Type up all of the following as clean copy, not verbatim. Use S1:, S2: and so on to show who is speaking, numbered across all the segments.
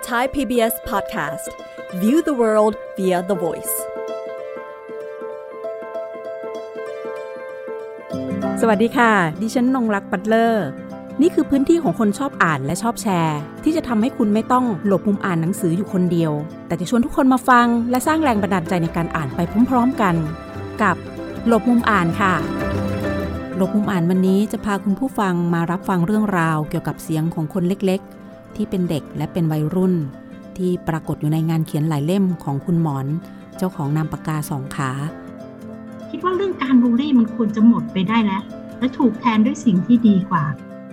S1: Thai PBS Podcast View the world via the voice
S2: สวัสดีค่ะดิฉันนงรักปัตเลอร์นี่คือพื้นที่ของคนชอบอ่านและชอบแชร์ที่จะทำให้คุณไม่ต้องหลบมุมอ่านหนังสืออยู่คนเดียวแต่จะชวนทุกคนมาฟังและสร้างแรงบันดาลใจในการอ่านไปพร้อมๆกันกับหลบมุมอ่านค่ะหลบมุมอ่านวันนี้จะพาคุณผู้ฟังมารับฟังเรื่องราวเกี่ยวกับเสียงของคนเล็กๆที่เป็นเด็กและเป็นวัยรุ่นที่ปรากฏอยู่ในงานเขียนหลายเล่มของคุณหมอนเจ้าของนามปากกาสองขา
S3: คิดว่าเรื่องการบูลลี่มันควรจะหมดไปได้แล้วและถูกแทนด้วยสิ่งที่ดีกว่า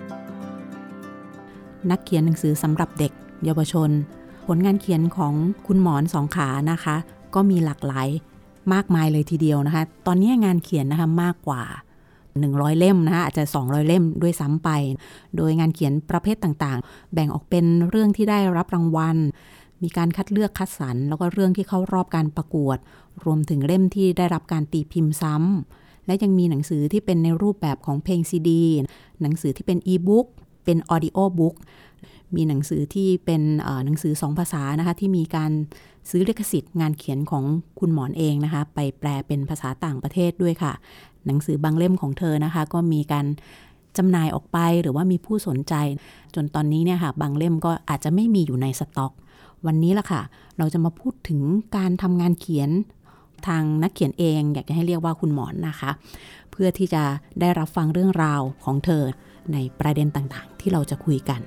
S2: นักเขียนหนังสือสำหรับเด็กเยาวชนผลงานเขียนของคุณหมอนสองขานะคะก็มีหลากหลายมากมายเลยทีเดียวนะคะตอนนี้งานเขียนนะคะมากกว่า100เล่มนะคะอาจจะ200เล่มด้วยซ้ำไปโดยงานเขียนประเภทต่างๆแบ่งออกเป็นเรื่องที่ได้รับรางวัลมีการคัดเลือกคัดสรรแล้วก็เรื่องที่เข้ารอบการประกวดรวมถึงเล่มที่ได้รับการตีพิมพ์ซ้ำและยังมีหนังสือที่เป็นในรูปแบบของเพลงซีดีหนังสือที่เป็นอีบุ๊กเป็นออดิโอบุ๊กมีหนังสือที่เป็นหนังสือ2ภาษานะคะที่มีการซื้อลิขสิทธิ์งานเขียนของคุณหมอนเองนะคะไปแปลเป็นภาษาต่างประเทศด้วยค่ะหนังสือบางเล่มของเธอนะคะก็มีการจำหน่ายออกไปหรือว่ามีผู้สนใจจนตอนนี้เนี่ยค่ะบางเล่มก็อาจจะไม่มีอยู่ในสต็อกวันนี้ล่ะค่ะเราจะมาพูดถึงการทำงานเขียนทางนักเขียนเองอยากจะให้เรียกว่าคุณหมอนนะคะเพื่อที่จะได้รับฟังเรื่องราวของเธอในประเด็นต่างๆที่เราจะคุยกัน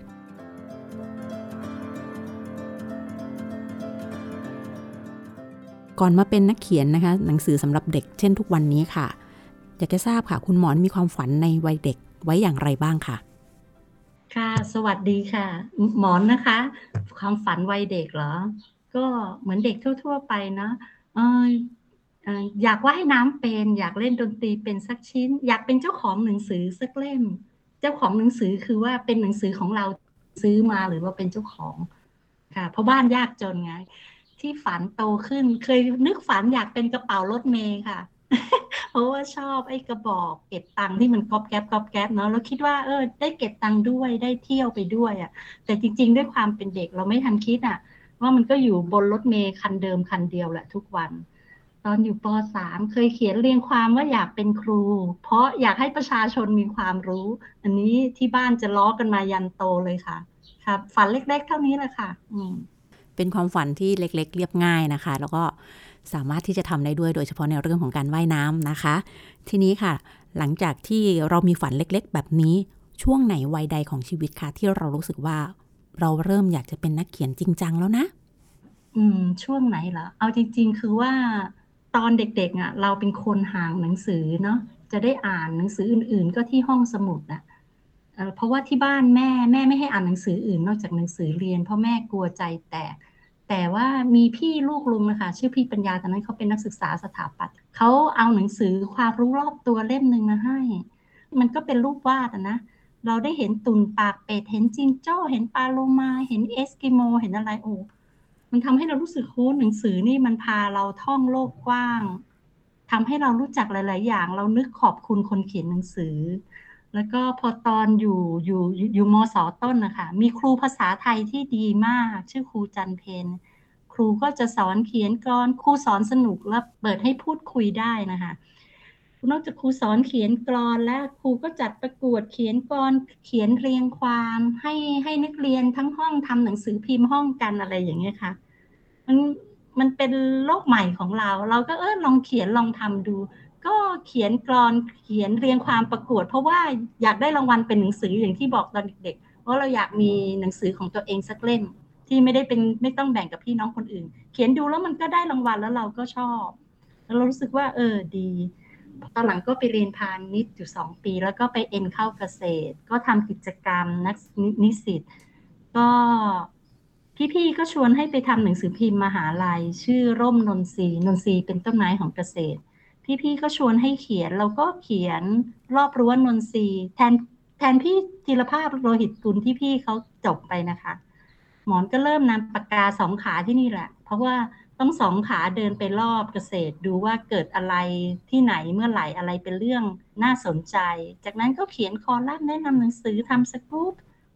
S2: ก่อนมาเป็นนักเขียนนะคะหนังสือสำหรับเด็กเช่นทุกวันนี้ค่ะอยากจะทราบค่ะคุณหมอนมีความฝันในวัยเด็กไว้อย่างไรบ้างค่ะ
S3: ค่ะสวัสดีค่ะหมอนนะคะความฝันวัยเด็กเหรอก็เหมือนเด็กทั่วๆไปนะเอออยากว่ายน้ำเป็นอยากเล่นดนตรีเป็นสักชิ้นอยากเป็นเจ้าของหนังสือสักเล่มเจ้าของหนังสือคือว่าเป็นหนังสือของเราซื้อมาหรือว่าเป็นเจ้าของค่ะเพราะบ้านยากจนไงที่ฝันโตขึ้นเคยนึกฝันอยากเป็นกระเป๋ารถเมล์ค่ะ เพราะว่าชอบไอ้กระบอกเก็บตังค์ที่มันก๊อบแก๊บก๊อบแก๊บเนาะแล้วคิดว่าได้เก็บตังค์ด้วยได้เที่ยวไปด้วยอ่ะแต่จริงๆด้วยความเป็นเด็กเราไม่ทันคิดอ่ะว่ามันก็อยู่บนรถเมล์คันเดิมคันเดียวแหละทุกวันตอนอยู่ป.3 เคยเขียนเรียงความว่าอยากเป็นครูเพราะอยากให้ประชาชนมีความรู้อันนี้ที่บ้านจะล้อกันมายันโตเลยค่ะครับฝันเล็กๆเท่านี้แหละค่ะ
S2: เป็นความฝันที่เล็กๆเรียบง่ายนะคะแล้วก็สามารถที่จะทำได้ด้วยโดยเฉพาะในเรื่องของการว่ายน้ำนะคะทีนี้ค่ะหลังจากที่เรามีฝันเล็กๆแบบนี้ช่วงไหนวัยใดของชีวิตค่ะที่เรารู้สึกว่าเราเริ่มอยากจะเป็นนักเขียนจริงจังแล้วนะ
S3: ช่วงไหนเหรอเอาจริงๆคือว่าตอนเด็กๆอ่ะเราเป็นคนห่างหนังสือเนาะจะได้อ่านหนังสืออื่นๆก็ที่ห้องสมุดอ่ะเพราะว่าที่บ้านแม่ไม่ให้อ่านหนังสืออื่นนอกจากหนังสือเรียนเพราะแม่กลัวใจแตกแต่ว่ามีพี่ลูกลุงนะคะชื่อพี่ปัญญาตอนนั้นเขาเป็นนักศึกษาสถาปัตย์เขาเอาหนังสือความรู้รอบตัวเล่มนึงมาให้มันก็เป็นรูปวาดนะเราได้เห็นตุ่นปากเป็ดเห็นจิงโจ้เห็นปลาโลมาเห็นเอสกิโมเห็นอะไรมันทำให้เรารู้สึกหนังสือนี่มันพาเราท่องโลกกว้างทำให้เรารู้จักหลายๆอย่างเรานึกขอบคุณคนเขียนหนังสือแล้วก็พอตอนอยู่ม.ศ.ต้นนะคะมีครูภาษาไทยที่ดีมากชื่อครูจันเพญครูก็จะสอนเขียนกลอนครูสอนสนุกและเปิดให้พูดคุยได้นะคะนอกจากครูสอนเขียนกลอนแล้วครูก็จัดประกวดเขียนกลอนเขียนเรียงความให้นักเรียนทั้งห้องทำหนังสือพิมพ์ห้องกันอะไรอย่างเงี้ยค่ะมันเป็นโลกใหม่ของเราก็ลองเขียนลองทำดูก็เขียนกลอนเขียนเรียงความประกวดเพราะว่าอยากได้รางวัลเป็นหนังสืออย่างที่บอกตอนเด็กๆเพราะเราอยากมีหนังสือของตัวเองสักเล่มที่ไม่ต้องแบ่งกับพี่น้องคนอื่นเขียนดูแล้วมันก็ได้รางวัลแล้วเราก็ชอบแล้วเรารู้สึกว่าดีตอนหลังก็ไปเรียนพาณิชย์อยู่2 ปีแล้วก็ไปเอ็นเข้าเกษตรก็ทำกิจกรรมนักนิสิตก็พี่ๆก็ชวนให้ไปทำหนังสือพิมพ์มหาลัยชื่อร่มนนทรีย์เป็นต้นไม้ของเกษตรพี่ๆก็ชวนให้เขียนเราก็เขียนรอบรั้วนนทรีย์แทนพี่ธีรภาพโลหิตกุลที่พี่เขาจบไปนะคะหมอนก็เริ่มนำปากกา2 ขาที่นี่แหละเพราะว่าต้อง2 ขาเดินไปรอบเกษตรดูว่าเกิดอะไรที่ไหนเมื่อไหร่อะไรเป็นเรื่องน่าสนใจจากนั้นก็เขียนคอลัมน์แนะนำหนังสือทำสกู๊ป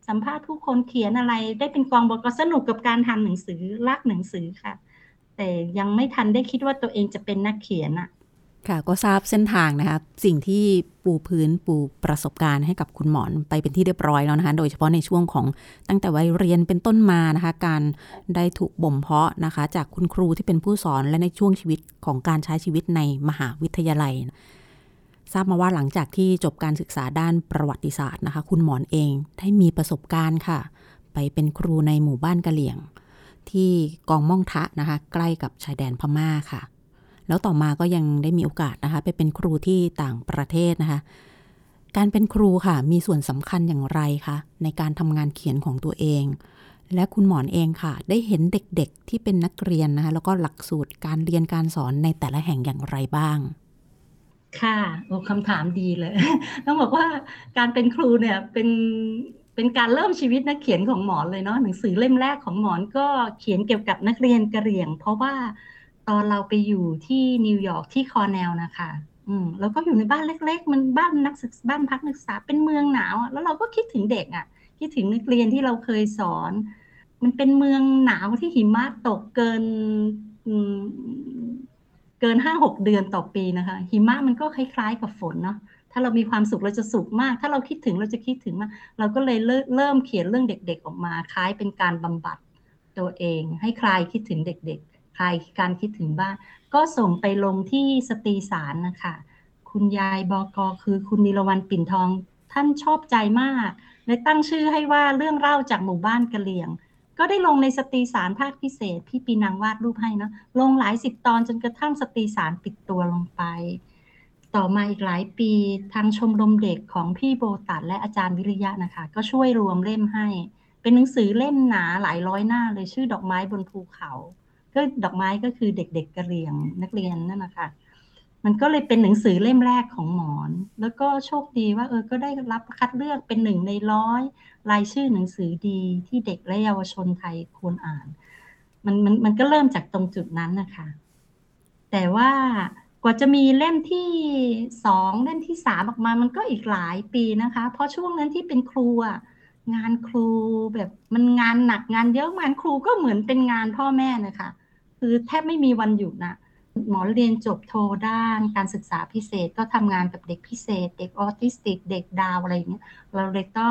S3: สัมภาษณ์ผู้คนเขียนอะไรได้เป็นกองบกสนุกกับการทำหนังสือรักหนังสือค่ะแต่ยังไม่ทันได้คิดว่าตัวเองจะเป็นนักเขียนอ่ะ
S2: ค่ะก็ทราบเส้นทางนะคะสิ่งที่ปูประสบการณ์ให้กับคุณหมอนไปเป็นที่เรียบร้อยแล้วนะคะโดยเฉพาะในช่วงของตั้งแต่วัยเรียนเป็นต้นมานะคะการได้ถูกบ่มเพาะนะคะจากคุณครูที่เป็นผู้สอนและในช่วงชีวิตของการใช้ชีวิตในมหาวิทยาลัยทราบมาว่าหลังจากที่จบการศึกษาด้านประวัติศาสตร์นะคะคุณหมอนเองได้มีประสบการณ์ค่ะไปเป็นครูในหมู่บ้านกะเหรี่ยงที่กองม่องทะนะคะใกล้กับชายแดนพม่าค่ะแล้วต่อมาก็ยังได้มีโอกาสนะคะไปเป็นครูที่ต่างประเทศนะคะการเป็นครูค่ะมีส่วนสำคัญอย่างไรคะในการทำงานเขียนของตัวเองและคุณหมอนเองค่ะได้เห็นเด็กๆที่เป็นนักเรียนนะคะแล้วก็หลักสูตรการเรียนการสอนในแต่ละแห่งอย่างไรบ้าง
S3: ค่ะโอ้คำถามดีเลย ต้องบอกว่าการเป็นครูเนี่ยเป็นการเริ่มชีวิตนักเขียนของหมอนเลยเนาะหนังสือเล่มแรกของหมอนก็เขียนเกี่ยวกับนักเรียนกะเหรี่ยงเพราะว่าตอนเราไปอยู่ที่นิวยอร์กที่คอร์เนลนะคะแล้วก็อยู่ในบ้านเล็กๆมันบ้านนักศึกษาบ้านพักนักศึกษาเป็นเมืองหนาวแล้วเราก็คิดถึงเด็กอ่ะคิดถึงนักเรียนที่เราเคยสอนมันเป็นเมืองหนาวที่หิมะตกเกิน5-6 เดือนต่อปีนะคะหิมะมันก็คล้ายๆกับฝนเนาะถ้าเรามีความสุขเราจะสุขมากถ้าเราคิดถึงเราจะคิดถึงมากเราก็เลยเริ่มเขียนเรื่องเด็กๆออกมาคล้ายเป็นการบำบัดตัวเองให้คลายคิดถึงเด็กๆคลายการคิดถึงบ้านก็ส่งไปลงที่สตรีสารนะคะคุณยายบก.คือคุณนิรวรรณปิ่นทองท่านชอบใจมากเลยตั้งชื่อให้ว่าเรื่องเล่าจากหมู่บ้านกะเหรี่ยงก็ได้ลงในสตรีสารภาคพิเศษพี่ปีนังวาดรูปให้นะลงหลาย10 ตอนจนกระทั่งสตรีสารปิดตัวลงไปต่อมาอีกหลายปีทางชมรมเด็กของพี่โบตัดและอาจารย์วิริยะนะคะก็ช่วยรวมเล่มให้เป็นหนังสือเล่มหนาหลายร้อยหน้าเลยชื่อดอกไม้บนภูเขาก็ดอกไม้ก็คือเด็กๆกะเหรี่ยงนักเรียนนั่นนะคะมันก็เลยเป็นหนังสือเล่มแรกของหมอนแล้วก็โชคดีว่าก็ได้รับคัดเลือกเป็น1 ใน 100รายชื่อหนังสือดีที่เด็กและเยาวชนไทยควรอ่านมันก็เริ่มจากตรงจุดนั้นนะคะแต่ว่ากว่าจะมีเล่มที่2เล่มที่3ออกมามันก็อีกหลายปีนะคะเพราะช่วงนั้นที่เป็นครูอ่ะงานครูแบบมันงานหนักงานเยอะงานครูก็เหมือนเป็นงานพ่อแม่นะคะคือแทบไม่มีวันหยุดนะหมอเรียนจบโทด้านการศึกษาพิเศษก็ทำงานกับเด็กพิเศษเด็กออทิสติกเด็กดาวอะไรอย่างเงี้ยเราเลยต้อง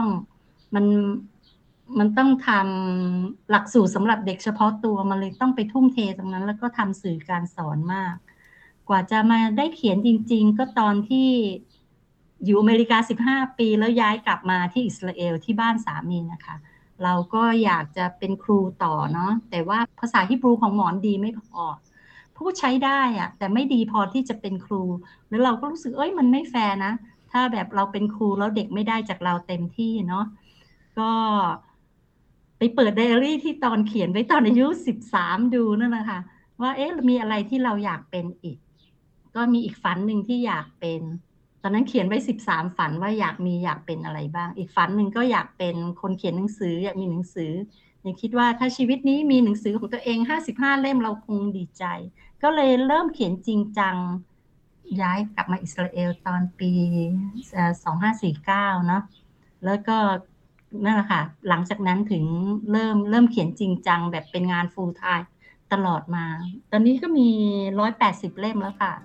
S3: มันต้องทำหลักสูตรสำหรับเด็กเฉพาะตัวมันเลยต้องไปทุ่มเทตรงนั้นแล้วก็ทำสื่อการสอนมากกว่าจะมาได้เขียนจริงๆก็ตอนที่อยู่อเมริกา15 ปีแล้วย้ายกลับมาที่อิสราเอลที่บ้านสามีนะคะเราก็อยากจะเป็นครูต่อเนาะแต่ว่าภาษาฮีบรูของหมอนดีไม่พอพูดใช้ได้อะแต่ไม่ดีพอที่จะเป็นครูแล้วเราก็รู้สึกมันไม่แฟร์นะถ้าแบบเราเป็นครูแล้วเด็กไม่ได้จากเราเต็มที่เนาะก็ไปเปิดไดอารี่ที่ตอนเขียนไว้ตอนอายุ13ดูนั่นแหละค่ะว่ามีอะไรที่เราอยากเป็นอีกก็มีอีกฝันหนึ่งที่อยากเป็นตอนนั้นเขียนไว้13ฝันว่าอยากเป็นอะไรบ้างอีกฝันหนึ่งก็อยากเป็นคนเขียนหนังสืออยากมีหนังสือยังคิดว่าถ้าชีวิตนี้มีหนังสือของตัวเอง55 เล่มเราคงดีใจก็เลยเริ่มเขียนจริงจังย้ายกลับมาอิสราเอลตอนปี2549เนาะแล้วก็นั่นแหละค่ะหลังจากนั้นถึงเริ่มเขียนจริงจังแบบเป็นงาน full time ตลอดมาตอนนี้ก็มี180 เล่มแล้วค่ะ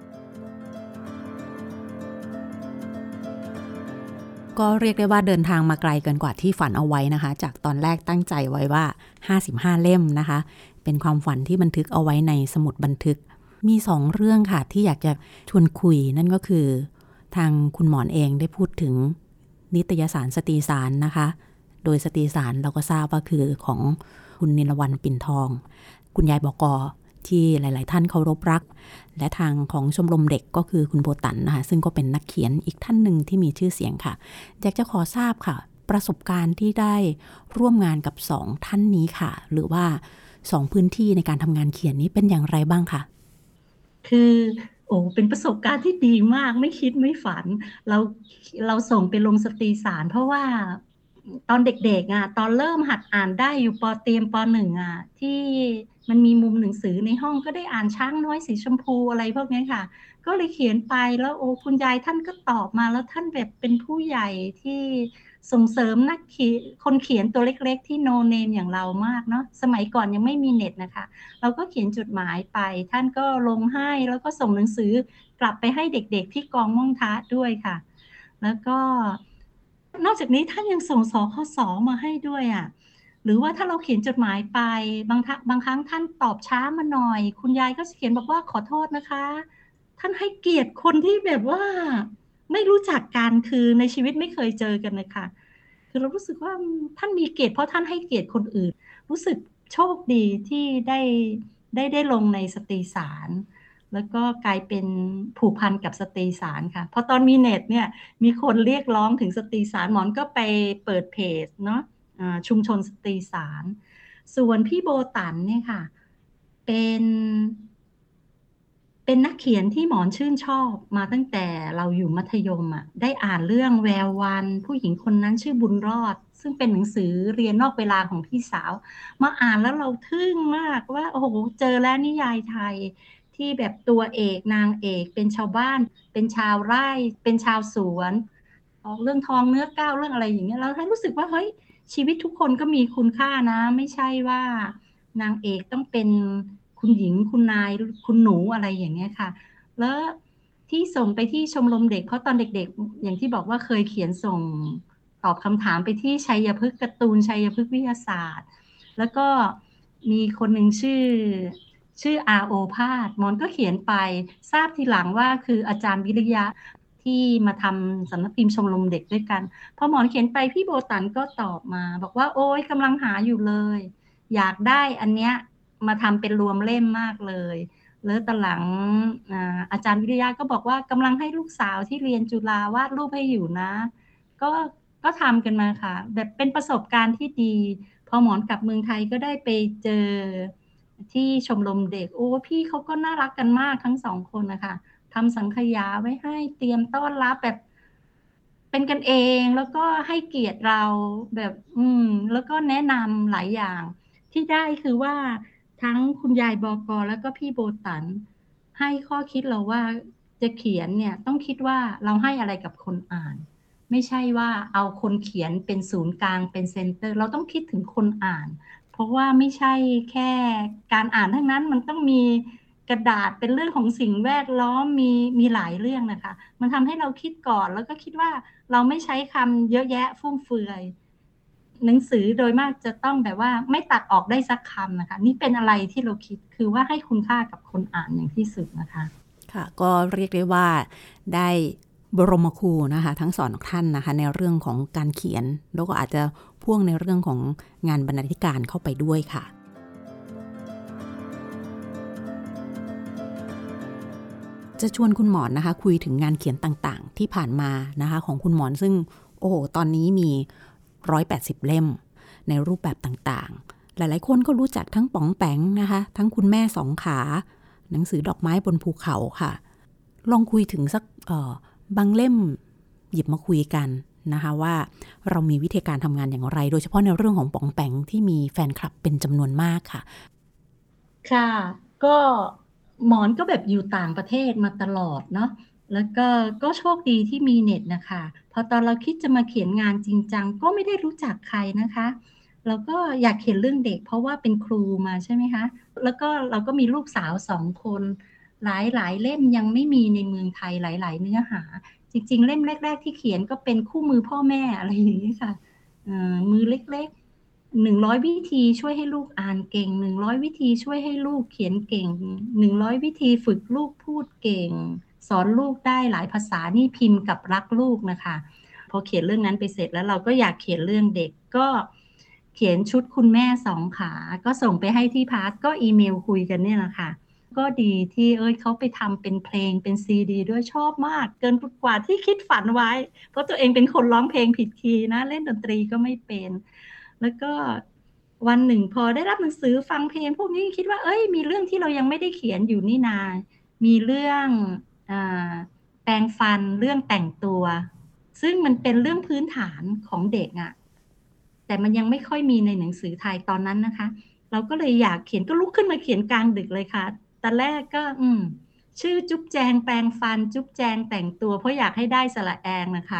S2: ก็เรียกได้ว่าเดินทางมาไกลเกินกว่าที่ฝันเอาไว้นะคะจากตอนแรกตั้งใจไว้ว่า55 เล่มนะคะเป็นความฝันที่บันทึกเอาไว้ในสมุดบันทึกมี2เรื่องค่ะที่อยากจะชวนคุยนั่นก็คือทางคุณหมอนเองได้พูดถึงนิตยสารสตรีสารนะคะโดยสตรีสารเราก็ทราบว่าคือของคุณนิรวรรณปิ่นทองคุณยายบก.ที่หลายๆท่านเคารพรักและทางของชมรมเด็กก็คือคุณโบตันนะคะซึ่งก็เป็นนักเขียนอีกท่านหนึ่งที่มีชื่อเสียงค่ะอยากจะขอทราบค่ะประสบการณ์ที่ได้ร่วมงานกับ2ท่านนี้ค่ะหรือว่า2พื้นที่ในการทำงานเขียนนี้เป็นอย่างไรบ้างคะ
S3: คือเป็นประสบการณ์ที่ดีมากไม่คิดไม่ฝันเราส่งไปลงสตรีสารเพราะว่าตอนเด็กๆตอนเริ่มหัดอ่านได้อยู่ป.เตรียมป.1ที่มันมีมุมหนังสือในห้องก็ได้อ่านช้างน้อยสีชมพูอะไรพวกนี้ค่ะก็เลยเขียนไปแล้วคุณยายท่านก็ตอบมาแล้วท่านแบบเป็นผู้ใหญ่ที่ส่งเสริมคนเขียนตัวเล็กๆที่โนเนมอย่างเรามากเนาะสมัยก่อนยังไม่มีเน็ตนะคะเราก็เขียนจดหมายไปท่านก็ลงให้แล้วก็ส่งหนังสือกลับไปให้เด็กๆที่กองม่องทะด้วยค่ะแล้วก็นอกจากนี้ท่านยังส่งสคส.มาให้ด้วยอ่ะหรือว่าถ้าเราเขียนจดหมายไปบางครั้งท่านตอบช้ามาหน่อยคุณยายก็เขียนบอกว่าขอโทษนะคะท่านให้เกียรติคนที่แบบว่าไม่รู้จักกันคือในชีวิตไม่เคยเจอกันเลยค่ะคือเรารู้สึกว่าท่านมีเกียรติเพราะท่านให้เกียรติคนอื่นรู้สึกโชคดีที่ได้ลงในสตรีสารแล้วก็กลายเป็นผูกพันกับสตรีสารค่ะพอตอนมีเน็ตเนี่ยมีคนเรียกร้องถึงสตรีสารหมอนก็ไปเปิดเพจเนาะชุมชนสตรีสารส่วนพี่โบตันเนี่ยค่ะเป็นนักเขียนที่หมอนชื่นชอบมาตั้งแต่เราอยู่มัธยมอ่ะได้อ่านเรื่องแวววันผู้หญิงคนนั้นชื่อบุญรอดซึ่งเป็นหนังสือเรียนนอกเวลาของพี่สาวมาอ่านแล้วเราทึ่งมากว่าโอ้โหเจอแล้วนิยายไทยที่แบบตัวเอกนางเอกเป็นชาวบ้านเป็นชาวไร่เป็นชาวสวนเรื่องทองเนื้อก้าวเรื่องอะไรอย่างเงี้ยเรารู้สึกว่าเฮ้ยชีวิตทุกคนก็มีคุณค่านะไม่ใช่ว่านางเอกต้องเป็นคุณหญิงคุณนายคุณหนูอะไรอย่างเงี้ยค่ะแล้วที่ส่งไปที่ชมรมเด็กเพราะตอนเด็กๆอย่างที่บอกว่าเคยเขียนส่งตอบคำถามไปที่ชัยพฤกษ์การ์ตูนชัยพฤกษ์วิทยาศาสตร์แล้วก็มีคนหนึ่งชื่ออาโอภาสมอนก็เขียนไปทราบทีหลังว่าคืออาจารย์วิริยะที่มาทำสำนักพิมพ์ชมรมเด็กด้วยกันพอหมอนเขียนไปพี่โบตันก็ตอบมาบอกว่าโอ๊ยกำลังหาอยู่เลยอยากได้อันเนี้ยมาทำเป็นรวมเล่มมากเลยแล้วตอนหลังอาจารย์วิริยะก็บอกว่ากำลังให้ลูกสาวที่เรียนจุฬาวาดรูปให้อยู่นะก็ทำกันมาค่ะแบบเป็นประสบการณ์ที่ดีพอหมอนกลับเมืองไทยก็ได้ไปเจอที่ชมรมเด็กโอ้พี่เขาก็น่ารักกันมากทั้งสองคนนะคะทำสังขยาไว้ให้เตรียมต้อนรับแบบเป็นกันเองแล้วก็ให้เกียรติเราแบบแล้วก็แนะนำหลายอย่างที่ได้คือว่าทั้งคุณยายบก.แล้วก็พี่โบตันให้ข้อคิดเราว่าจะเขียนเนี่ยต้องคิดว่าเราให้อะไรกับคนอ่านไม่ใช่ว่าเอาคนเขียนเป็นศูนย์กลางเป็นเซ็นเตอร์เราต้องคิดถึงคนอ่านเพราะว่าไม่ใช่แค่การอ่านทั้งนั้นมันต้องมีกระดาษเป็นเรื่องของสิ่งแวดล้อมมีหลายเรื่องนะคะมันทำให้เราคิดก่อนแล้วก็คิดว่าเราไม่ใช้คำเยอะแยะฟุ่มเฟือยหนังสือโดยมากจะต้องแบบว่าไม่ตัดออกได้สักคำนะคะนี่เป็นอะไรที่เราคิดคือว่าให้คุณค่ากับคนอ่านอย่างที่สุดนะคะ
S2: ค่ะก็เรียกได้ว่าได้บรมครูนะคะทั้งสองท่านนะคะในเรื่องของการเขียนแล้วก็อาจจะพ่วงในเรื่องของงานบรรณาธิการเข้าไปด้วยค่ะจะชวนคุณหมอนนะคะคุยถึงงานเขียนต่างๆที่ผ่านมานะคะของคุณหมอนซึ่งโอ้โหตอนนี้มี180เล่มในรูปแบบต่างๆหลายๆคนก็รู้จักทั้งป๋องแปงนะคะทั้งคุณแม่สองขาหนังสือดอกไม้บนภูเขาค่ะลองคุยถึงสักบางเล่มหยิบมาคุยกันนะคะว่าเรามีวิธีการทำงานอย่างไรโดยเฉพาะในเรื่องของป๋องแปงที่มีแฟนคลับเป็นจำนวนมากค่ะ
S3: ค่ะก็หมอนก็แบบอยู่ต่างประเทศมาตลอดเนาะแล้วก็โชคดีที่มีเน็ตนะคะพอตอนเราคิดจะมาเขียนงานจริงจังก็ไม่ได้รู้จักใครนะคะเราก็อยากเขียนเรื่องเด็กเพราะว่าเป็นครูมาใช่ไหมคะแล้วก็เราก็มีลูกสาว2 คนหลายเล่มยังไม่มีในเมืองไทยหลายเนื้อหาจริงๆเล่มแรกๆที่เขียนก็เป็นคู่มือพ่อแม่อะไรอย่างนี้ค่ะมือเล็กๆ100วิธีช่วยให้ลูกอ่านเก่ง100วิธีช่วยให้ลูกเขียนเก่ง100วิธีฝึกลูกพูดเก่งสอนลูกได้หลายภาษานี่พิมพ์กับรักลูกนะคะพอเขียนเรื่องนั้นไปเสร็จแล้วเราก็อยากเขียนเรื่องเด็กก็เขียนชุดคุณแม่2 ขาก็ส่งไปให้ที่พาร์ทก็อีเมลคุยกันเนี่ยแหละค่ะก็ดีที่เขาไปทำเป็นเพลงเป็นซีดีด้วยชอบมากเกินกว่าที่คิดฝันไว้เพราะตัวเองเป็นคนร้องเพลงผิดคีย์นะเล่นดนตรีก็ไม่เป็นแล้วก็วันหนึ่งพอได้รับหนังสือฟังเพลงพวกนี้คิดว่ามีเรื่องที่เรายังไม่ได้เขียนอยู่นี่นามีเรื่องแปรงฟันเรื่องแต่งตัวซึ่งมันเป็นเรื่องพื้นฐานของเด็กอ่ะแต่มันยังไม่ค่อยมีในหนังสือไทยตอนนั้นนะคะเราก็เลยอยากเขียนก็ลุกขึ้นมาเขียนกลางดึกเลยค่ะตอนแรกก็ชื่อจุ๊บแจงแปรงฟันจุ๊บแจงแต่งตัวเพราะอยากให้ได้สระแองนะคะ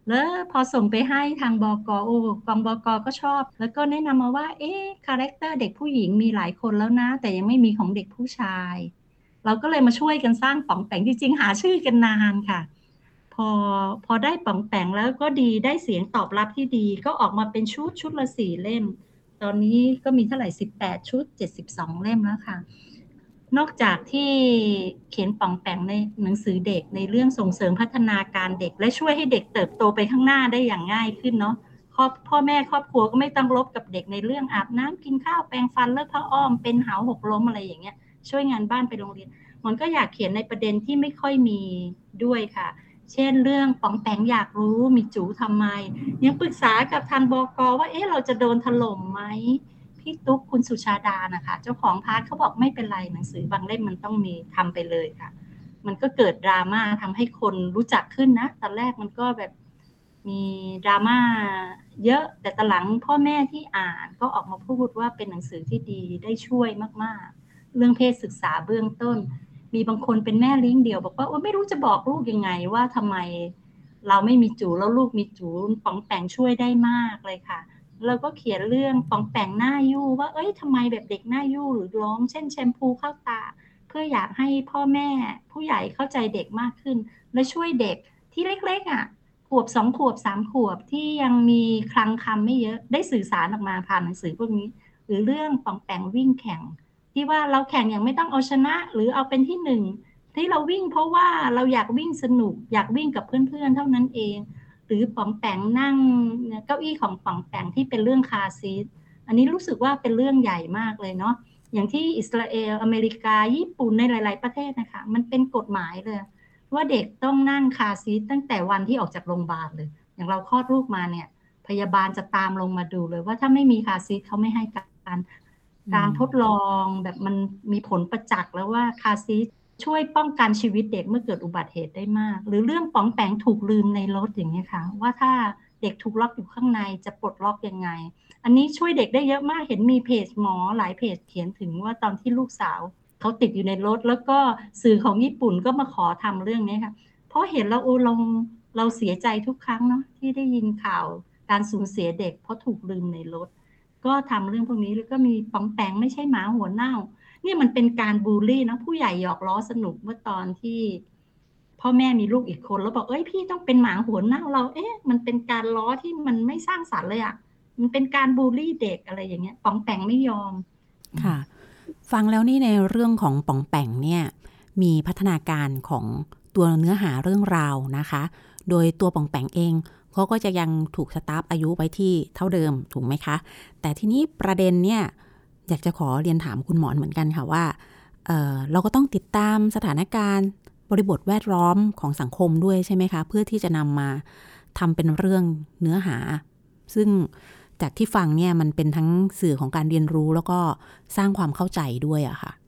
S3: แล้วพอส่งไปให้ทางบก.กองบก.ก็ชอบแล้วก็แนะนำมาว่าคาแรคเตอร์เด็กผู้หญิงมีหลายคนแล้วนะแต่ยังไม่มีของเด็กผู้ชายเราก็เลยมาช่วยกันสร้างป๋องแปงจริงๆหาชื่อกันนานค่ะพอได้ป๋องแปงแล้วก็ดีได้เสียงตอบรับที่ดีก็ออกมาเป็นชุดละ4 เล่มตอนนี้ก็มีเท่าไหร่18 ชุด72 เล่มแล้วค่ะนอกจากที่เขียนป๋องแปงในหนังสือเด็กในเรื่องส่งเสริมพัฒนาการเด็กและช่วยให้เด็กเติบโตไปข้างหน้าได้อย่างง่ายขึ้นเนาะพ่อแม่ครอบครัวก็ไม่ต้องรบกับเด็กในเรื่องอาบน้ำกินข้าวแปรงฟันเลิกผ้าอ้อมเป็นหาวหกล้มอะไรอย่างเงี้ยช่วยงานบ้านไปโรงเรียนมันก็อยากเขียนในประเด็นที่ไม่ค่อยมีด้วยค่ะเช่นเรื่องป๋องแปงอยากรู้มีจูทำไมยังปรึกษากับทางบก.ว่าเราจะโดนถล่มไหมพี่ตุ๊กคุณสุชาดานะคะเจ้าของพาร์ทเขาบอกไม่เป็นไรหนังสือบางเล่มมันต้องมีทำไปเลยค่ะมันก็เกิดดราม่าทำให้คนรู้จักขึ้นนะตอนแรกมันก็แบบมีดราม่าเยอะแต่ตอนหลังพ่อแม่ที่อ่านก็ออกมาพูดว่าเป็นหนังสือที่ดีได้ช่วยมากๆเรื่องเพศศึกษาเบื้องต้นมีบางคนเป็นแม่เลี้ยงเดี่ยวบอกว่าไม่รู้จะบอกลูกยังไงว่าทำไมเราไม่มีจูแล้วลูกมีจูป๋องแปงช่วยได้มากเลยค่ะเราก็เขียนเรื่องป๋องแปงหน้ายู่ว่าทำไมแบบเด็กหน้ายู่หรือร้องเช่นแชมพูเข้าตาเพื่ออยากให้พ่อแม่ผู้ใหญ่เข้าใจเด็กมากขึ้นและช่วยเด็กที่เล็กๆขวบ2 ขวบ3 ขวบที่ยังมีคลังคำไม่เยอะได้สื่อสารออกมาผ่านหนังสือพวกนี้หรือเรื่องป๋องแปงวิ่งแข่งที่ว่าเราแข่งอย่างไม่ต้องเอาชนะหรือเอาเป็นที่1ที่เราวิ่งเพราะว่าเราอยากวิ่งสนุกอยากวิ่งกับเพื่อนๆเท่านั้นเองหรือป๋องแปงนั่งเก้าอี้ของป๋องแปงที่เป็นเรื่องคาร์ซีทอันนี้รู้สึกว่าเป็นเรื่องใหญ่มากเลยเนาะอย่างที่อิสราเอลอเมริกาญี่ปุ่นในหลายๆประเทศนะคะมันเป็นกฎหมายเลยว่าเด็กต้องนั่งคาร์ซีทตั้งแต่วันที่ออกจากโรงพยาบาลเลยอย่างเราคลอดลูกมาเนี่ยพยาบาลจะตามลงมาดูเลยว่าถ้าไม่มีคาร์ซีทเขาไม่ให้การทดลองแบบมันมีผลประจักษ์แล้วว่าคาร์ซีทช่วยป้องกันชีวิตเด็กเมื่อเกิดอุบัติเหตุได้มากหรือเรื่องป๋องแปงถูกลืมในรถอย่างนี้ค่ะว่าถ้าเด็กถูกล็อกอยู่ข้างในจะปลดล็อกยังไงอันนี้ช่วยเด็กได้เยอะมากเห็นมีเพจหมอหลายเพจเขียนถึงว่าตอนที่ลูกสาวเขาติดอยู่ในรถแล้วก็สื่อของญี่ปุ่นก็มาขอทำเรื่องนี้ค่ะเพราะเห็นแล้วเราเสียใจทุกครั้งเนาะที่ได้ยินข่าวการสูญเสียเด็กเพราะถูกลืมในรถก็ทำเรื่องพวกนี้แล้วก็มีป๋องแปงไม่ใช่หมาหัวเน่านี่มันเป็นการบูลลี่นะผู้ใหญ่หยอกล้อสนุกเมื่อตอนที่พ่อแม่มีลูกอีกคนแล้วบอกพี่ต้องเป็นหมาหัวเน่าเรามันเป็นการล้อที่มันไม่สร้างสรรค์เลยมันเป็นการบูลลี่เด็กอะไรอย่างเงี้ยป๋องแปงไม่ยอม
S2: ค่ะฟังแล้วนี่ในเรื่องของป๋องแปงเนี่ยมีพัฒนาการของตัวเนื้อหาเรื่องราวนะคะโดยตัวป๋องแปงเองเขาก็จะยังถูกสตาร์ฟอายุไว้ที่เท่าเดิมถูกไหมคะแต่ทีนี้ประเด็นเนี่ยอยากจะขอเรียนถามคุณหมอนเหมือนกันค่ะว่าเราก็ต้องติดตามสถานการณ์บริบทแวดล้อมของสังคมด้วยใช่ไหมคะเพื่อที่จะนำมาทำเป็นเรื่องเนื้อหาซึ่งจากที่ฟังเนี่ยมันเป็นทั้งสื่อของการเรียนรู้แล้วก็สร้างความเข้าใจด้วยอะค่ะ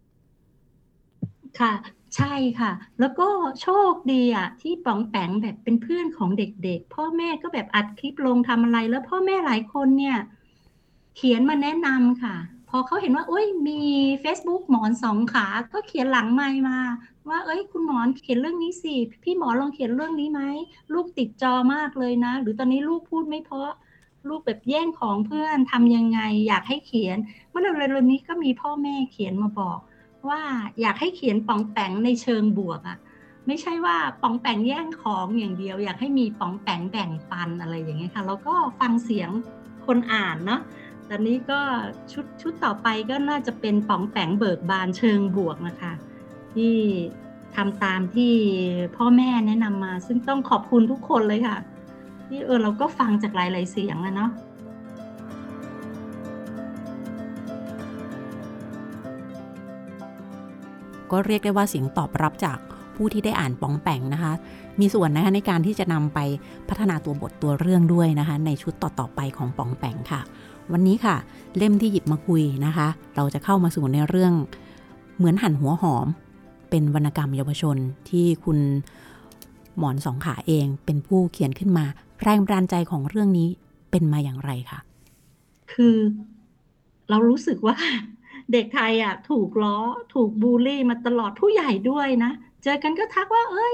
S3: ค่ะใช่ค่ะแล้วก็โชคดีที่ป๋องแปงแบบเป็นเพื่อนของเด็กๆพ่อแม่ก็แบบอัดคลิปลงทำอะไรแล้วพ่อแม่หลายคนเนี่ยเขียนมาแนะนำค่ะพอเขาเห็นว่ามี Facebook หมอนสองขาก็เขียนหลังไมค์มาว่าคุณหมอนเขียนเรื่องนี้สิพี่หมอลองเขียนเรื่องนี้ไหมลูกติดจอมากเลยนะหรือตอนนี้ลูกพูดไม่เพราะลูกแบบแย่งของเพื่อนทำยังไงอยากให้เขียนเมื่อเร็วๆนี้ก็มีพ่อแม่เขียนมาบอกว่าอยากให้เขียนป๋องแปงในเชิงบวกไม่ใช่ว่าป๋องแปงแย่งของอย่างเดียวอยากให้มีป๋องแปงแบ่งปันอะไรอย่างเงี้ยค่ะแล้วก็ฟังเสียงคนอ่านเนาะตอนนี้ก็ชุดต่อไปก็น่าจะเป็นป๋องแปงเบิกบานเชิงบวกนะคะที่ทำตามที่พ่อแม่แนะนำมาซึ่งต้องขอบคุณทุกคนเลยค่ะที่เราก็ฟังจากหลายๆเสียงเนาะ
S2: ก็เรียกได้ว่าเสียงตอบรับจากผู้ที่ได้อ่านป๋องแปงนะคะมีส่วนนะคะในการที่จะนำไปพัฒนาตัวบทตัวเรื่องด้วยนะคะในชุดต่อๆไปของป๋องแปงค่ะวันนี้ค่ะเล่มที่หยิบมาคุยนะคะเราจะเข้ามาสู่ในเรื่องเหมือนหั่นหัวหอมเป็นวรรณกรรมเยาวชนที่คุณหมอนสองขาเองเป็นผู้เขียนขึ้นมาแรงบันดาลใจของเรื่องนี้เป็นมาอย่างไรคะ
S3: คือเรารู้สึกว่าเด็กไทยถูกล้อถูกบูลลี่มาตลอดผู้ใหญ่ด้วยนะเจอกันก็ทักว่า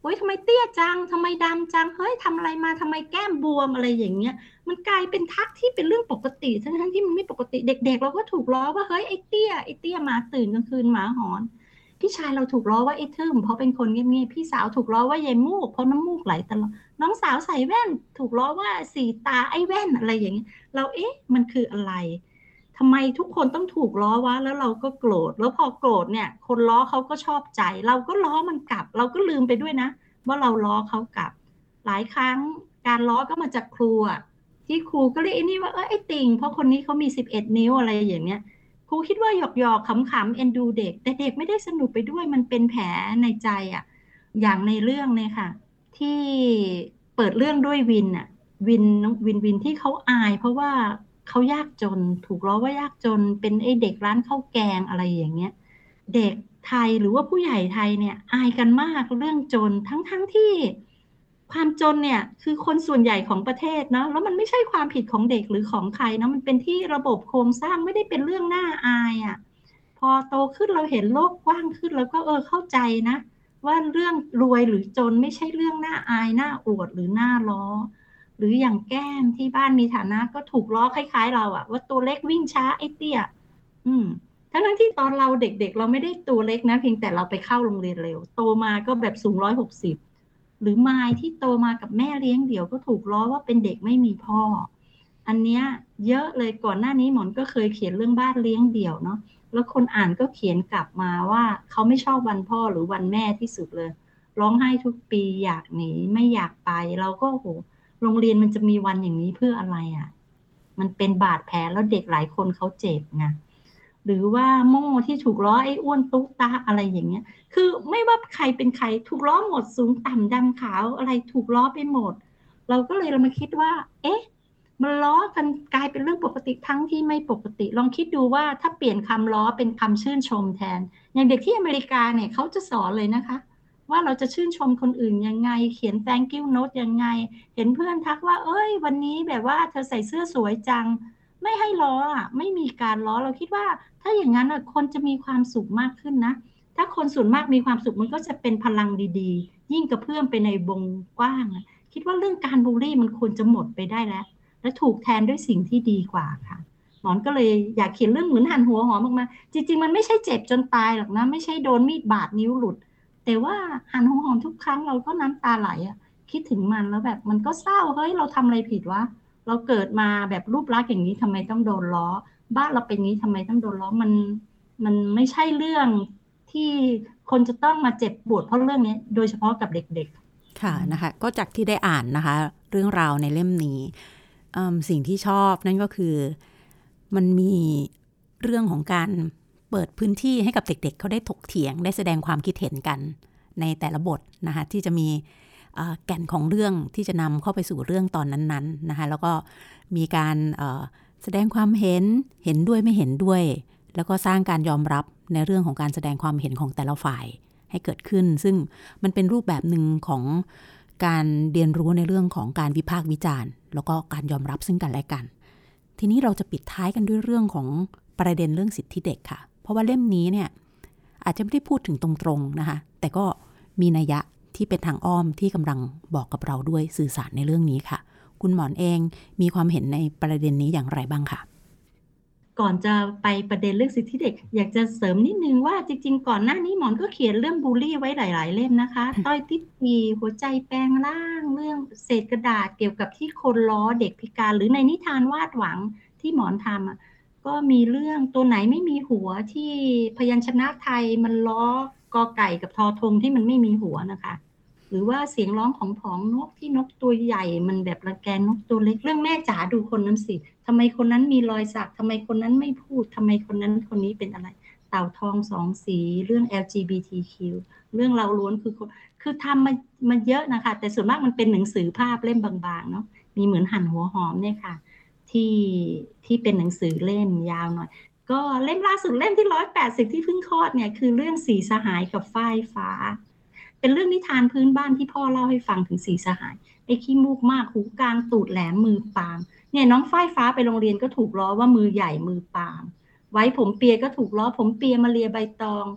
S3: โอ๊ยทำไมเตี้ยจังทำไมดำจังเฮ้ยทำอะไรมาทำไมแก้มบวมอะไรอย่างเงี้ยมันกลายเป็นทักที่เป็นเรื่องปกติทั้งที่มันไม่ปกติเด็กๆเราก็ถูกล้อว่าเฮ้ยไอ้เตี้ยมาตื่นกลางคืนหมาหอนพี่ชายเราถูกล้อว่าไอ้ทึมเพราะเป็นคนเงียบๆพี่สาวถูกล้อว่ายายมูกเพราะน้ำมูกไหลตลอดน้องสาวใส่แว่นถูกล้อว่าสีตาไอ้แว่นอะไรอย่างเงี้ยเรามันคืออะไรทำไมทุกคนต้องถูกล้อวะแล้วเราก็โกรธแล้วพอโกรธเนี่ยคนล้อเขาก็ชอบใจเราก็ล้อมันกลับเราก็ลืมไปด้วยนะว่าเราล้อเขากลับหลายครั้งการล้อก็มาจากครูอะที่ครูก็เรียกไอ้นี่ว่าไอ้ติ่งเพราะคนนี้เขามี11 นิ้วอะไรอย่างเงี้ยครูคิดว่าหยอกขำๆเอ็นดูเด็กแต่เด็กไม่ได้สนุกไปด้วยมันเป็นแผลในใจอะอย่างในเรื่องเนี่ยค่ะที่เปิดเรื่องด้วยวินอะวินที่เขาอายเพราะว่าเขายากจนถูกล้อว่ายากจนเป็นไอ้เด็กร้านข้าวแกงอะไรอย่างเงี้ยเด็กไทยหรือว่าผู้ใหญ่ไทยเนี่ยอายกันมากเรื่องจนทั้งที่ความจนเนี่ยคือคนส่วนใหญ่ของประเทศเนาะแล้วมันไม่ใช่ความผิดของเด็กหรือของใครนะมันเป็นที่ระบบโครงสร้างไม่ได้เป็นเรื่องน่าอายอ่ะพอโตขึ้นเราเห็นโลกกว้างขึ้นแล้วก็เข้าใจนะว่าเรื่องรวยหรือจนไม่ใช่เรื่องน่าอายน่าอวดหรือน่าล้อหรืออย่างแก้มที่บ้านมีฐานะก็ถูกล้อคล้ายๆเราอะว่าตัวเล็กวิ่งช้าไอ้เตี้ยอืม ทั้งที่ตอนเราเด็กๆเราไม่ได้ตัวเล็กนะเพียงแต่เราไปเข้าโรงเรียนเร็วโตมาก็แบบสูง160หรือมายที่โตมากับแม่เลี้ยงเดี่ยวก็ถูกล้อว่าเป็นเด็กไม่มีพ่ออันเนี้ยเยอะเลยก่อนหน้านี้หมอนก็เคยเขียนเรื่องบ้านเลี้ยงเดี่ยวเนาะแล้วคนอ่านก็เขียนกลับมาว่าเขาไม่ชอบวันพ่อหรือวันแม่ที่สุดเลยร้องไห้ทุกปีอยากหนีไม่อยากไปเราก็โหโรงเรียนมันจะมีวันอย่างนี้เพื่ออะไรอ่ะมันเป็นบาดแผลแล้วเด็กหลายคนเขาเจ็บไง หรือว่าโม่ที่ถูกล้อไอ้อ้วนตุ๊กตาอะไรอย่างเงี้ยคือไม่ว่าใครเป็นใครถูกล้อหมดสูงต่ำดำขาวอะไรถูกล้อไปหมดเรามาคิดว่ามันล้อกันกลายเป็นเรื่องปกติทั้งที่ไม่ปกติลองคิดดูว่าถ้าเปลี่ยนคำล้อเป็นคำชื่นชมแทนอย่างเด็กที่อเมริกาเนี่ยเขาจะสอนเลยนะคะว่าเราจะชื่นชมคนอื่นยังไงเขียน thank you note ยังไงเห็นเพื่อนทักว่าเอ้ยวันนี้แบบว่าเธอใส่เสื้อสวยจังไม่ให้ล้ออ่ะไม่มีการล้อเราคิดว่า ถ้าอย่างนั้นคนจะมีความสุขมากขึ้นนะถ้าคนส่วนมากมีความสุขมันก็จะเป็นพลังดีๆยิ่งกระเพื่อมไปในวงกว้างคิดว่าเรื่องการบูลลี่มันควรจะหมดไปได้แล้วและถูกแทนด้วยสิ่งที่ดีกว่าค่ะหมอนก็เลยอยากเขียนเรื่องเหมือนหั่นหัวหอมออกมาจริงๆมันไม่ใช่เจ็บจนตายหรอกนะไม่ใช่โดนมีดบาดนิ้วหลุดแต่ว่าหั่นหัวหอมทุกครั้งเราก็น้ำตาไหลคิดถึงมันแล้วแบบมันก็เศร้าเฮ้ยเราทำอะไรผิดวะเราเกิดมาแบบรูปลักษณ์อย่างนี้ทำไมต้องโดนล้อ บ้านเราเป็นงี้ทำไมต้องโดนล้อมันไม่ใช่เรื่องที่คนจะต้องมาเจ็บปวดเพราะเรื่องนี้โดยเฉพาะกับเด็ก
S2: ๆค่ะนะคะก็จากที่ได้อ่านนะคะเรื่องราวในเล่มนี้สิ่งที่ชอบนั่นก็คือมันมีเรื่องของการเปิดพื้นที่ให้กับเด็กๆเขาได้ถกเถียงได้แสดงความคิดเห็นกันในแต่ละบทนะคะที่จะมีแก่นของเรื่องที่จะนำเข้าไปสู่เรื่องตอนนั้นๆนะคะแล้วก็มีการแสดงความเห็นด้วยไม่เห็นด้วยแล้วก็สร้างการยอมรับในเรื่องของการแสดงความเห็นของแต่ละฝ่ายให้เกิดขึ้นซึ่งมันเป็นรูปแบบหนึ่งของการเรียนรู้ในเรื่องของการวิพากษ์วิจารณ์แล้วก็การยอมรับซึ่งกันและกันทีนี้เราจะปิดท้ายกันด้วยเรื่องของประเด็นเรื่องสิทธิเด็กค่ะเพราะว่าเล่มนี้เนี่ยอาจจะไม่ได้พูดถึงตรงๆนะคะแต่ก็มีนัยยะที่เป็นทางอ้อมที่กำลังบอกกับเราด้วยสื่อสารในเรื่องนี้ค่ะคุณหมอนเองมีความเห็นในประเด็นนี้อย่างไรบ้างคะ
S3: ก่อนจะไปประเด็นเรื่องสิทธิเด็กอยากจะเสริมนิดนึงว่าจริงๆก่อนหน้านี้หมอนก็เขียนเรื่องบูลลี่ไว้หลายๆเล่มนะคะต้อยติดปีหัวใจแปลงร่างเรื่องเศษกระดาษเกี่ยวกับที่คนล้อเด็กพิการหรือในนิทานวาดหวังที่หมอนทำก็มีเรื่องตัวไหนไม่มีหัวที่พยัญชนะไทยมันล้อกอไก่กับทอทงที่มันไม่มีหัวนะคะหรือว่าเสียงร้องของผองนกที่นกตัวใหญ่มันแบบรังแกนกตัวเล็กเรื่องแม่จ๋าดูคนนั้นสิทำไมคนนั้นมีรอยสักทำไมคนนั้นไม่พูดทำไมคนนั้นคนนี้เป็นอะไรเต่าทองสองสีเรื่อง LGBTQ เรื่องเราล้วนคือทำมาเยอะนะคะแต่ส่วนมากมันเป็นหนังสือภาพเล่มบางๆเนาะมีเหมือนหั่นหัวหอมเนี่ยค่ะที่เป็นหนังสือเล่มยาวหน่อยก็เล่มล่าสุดเล่มที่180ที่เพิ่งคลอดเนี่ยคือเรื่องสีสหายกับฝ้ายฟ้าเป็นเรื่องนิทานพื้นบ้านที่พ่อเล่าให้ฟังถึงสีสหายไอ้ขี้มูกมากหูกลางตูดแหลมมือปามเนี่ยน้องฝ้ายฟ้าไปโรงเรียนก็ถูกล้อว่ามือใหญ่มือปามไว้ผมเปียก็ถูกล้อผมเปียมาเลียใบตอง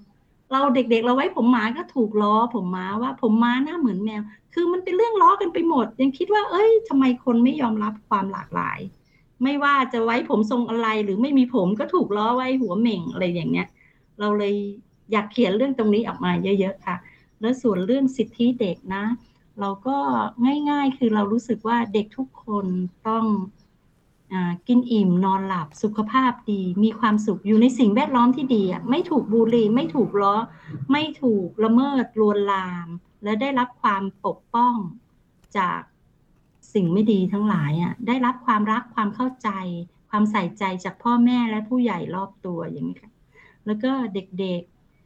S3: เราเด็กๆเราไว้ผมหมาก็ถูกล้อผมม้าว่าผมม้าหน้าเหมือนแมวคือมันเป็นเรื่องล้อกันไปหมดยังคิดว่าทำไมคนไม่ยอมรับความหลากหลายไม่ว่าจะไว้ผมทรงอะไรหรือไม่มีผมก็ถูกล้อไว้หัวเหม่งอะไรอย่างเงี้ยเราเลยอยากเขียนเรื่องตรงนี้ออกมาเยอะๆค่ะแล้วส่วนเรื่องสิทธิเด็กนะเราก็ง่ายๆคือเรารู้สึกว่าเด็กทุกคนต้องกินอิ่มนอนหลับสุขภาพดีมีความสุขอยู่ในสิ่งแวดล้อมที่ดีไม่ถูกบูลลี่ไม่ถูกล้อไม่ถูกละเมิดลวนลามและได้รับความปกป้องจากสิ่งไม่ดีทั้งหลายได้รับความรักความเข้าใจความใส่ใจจากพ่อแม่และผู้ใหญ่รอบตัวอย่างนี้ค่ะแล้วก็เด็ก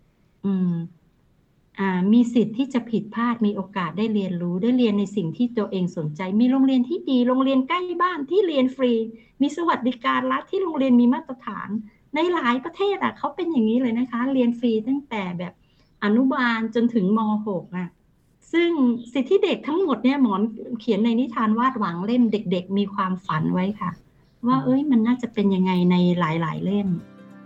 S3: ๆมีสิทธิ์ที่จะผิดพลาดมีโอกาสได้เรียนรู้ได้เรียนในสิ่งที่ตัวเองสนใจมีโรงเรียนที่ดีโรงเรียนใกล้บ้านที่เรียนฟรีมีสวัสดิการรัฐที่โรงเรียนมีมาตรฐานในหลายประเทศเขาเป็นอย่างนี้เลยนะคะเรียนฟรีตั้งแต่แบบอนุบาลจนถึงม.6 ซึ่งสิทธิเด็กทั้งหมดเนี่ยหมอนเขียนในนิทานวาดหวังเล่มเด็กๆมีความฝันไว้ค่ะว่ามันน่าจะเป็นยังไงในหลายๆเล่ม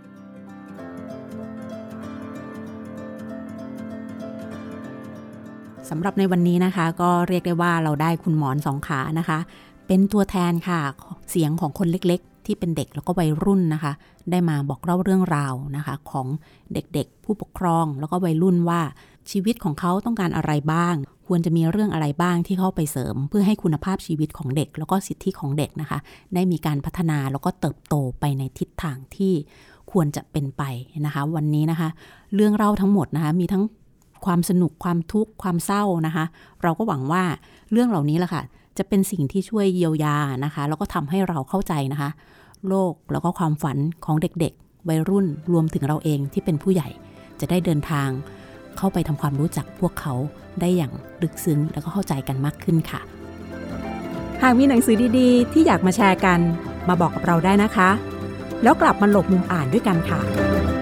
S2: สำหรับในวันนี้นะคะก็เรียกได้ว่าเราได้คุณหมอนสองขานะคะเป็นตัวแทนค่ะเสียงของคนเล็กๆที่เป็นเด็กแล้วก็วัยรุ่นนะคะได้มาบอกเล่าเรื่องราวนะคะของเด็กๆผู้ปกครองแล้วก็วัยรุ่นว่าชีวิตของเขาต้องการอะไรบ้างควรจะมีเรื่องอะไรบ้างที่เข้าไปเสริมเพื่อให้คุณภาพชีวิตของเด็กแล้วก็สิทธิของเด็กนะคะได้มีการพัฒนาแล้วก็เติบโตไปในทิศทางที่ควรจะเป็นไปนะคะวันนี้นะคะเรื่องเล่าทั้งหมดนะคะมีทั้งความสนุกความทุกข์ความเศร้านะคะเราก็หวังว่าเรื่องเหล่านี้แหละค่ะจะเป็นสิ่งที่ช่วยเยียวยานะคะแล้วก็ทำให้เราเข้าใจนะคะโลกแล้วก็ความฝันของเด็กๆวัยรุ่นรวมถึงเราเองที่เป็นผู้ใหญ่จะได้เดินทางเข้าไปทำความรู้จักพวกเขาได้อย่างลึกซึ้งแล้วก็เข้าใจกันมากขึ้นค่ะ
S1: หากมีหนังสือดีๆที่อยากมาแชร์กันมาบอกกับเราได้นะคะแล้วกลับมาหลบมุมอ่านด้วยกันค่ะ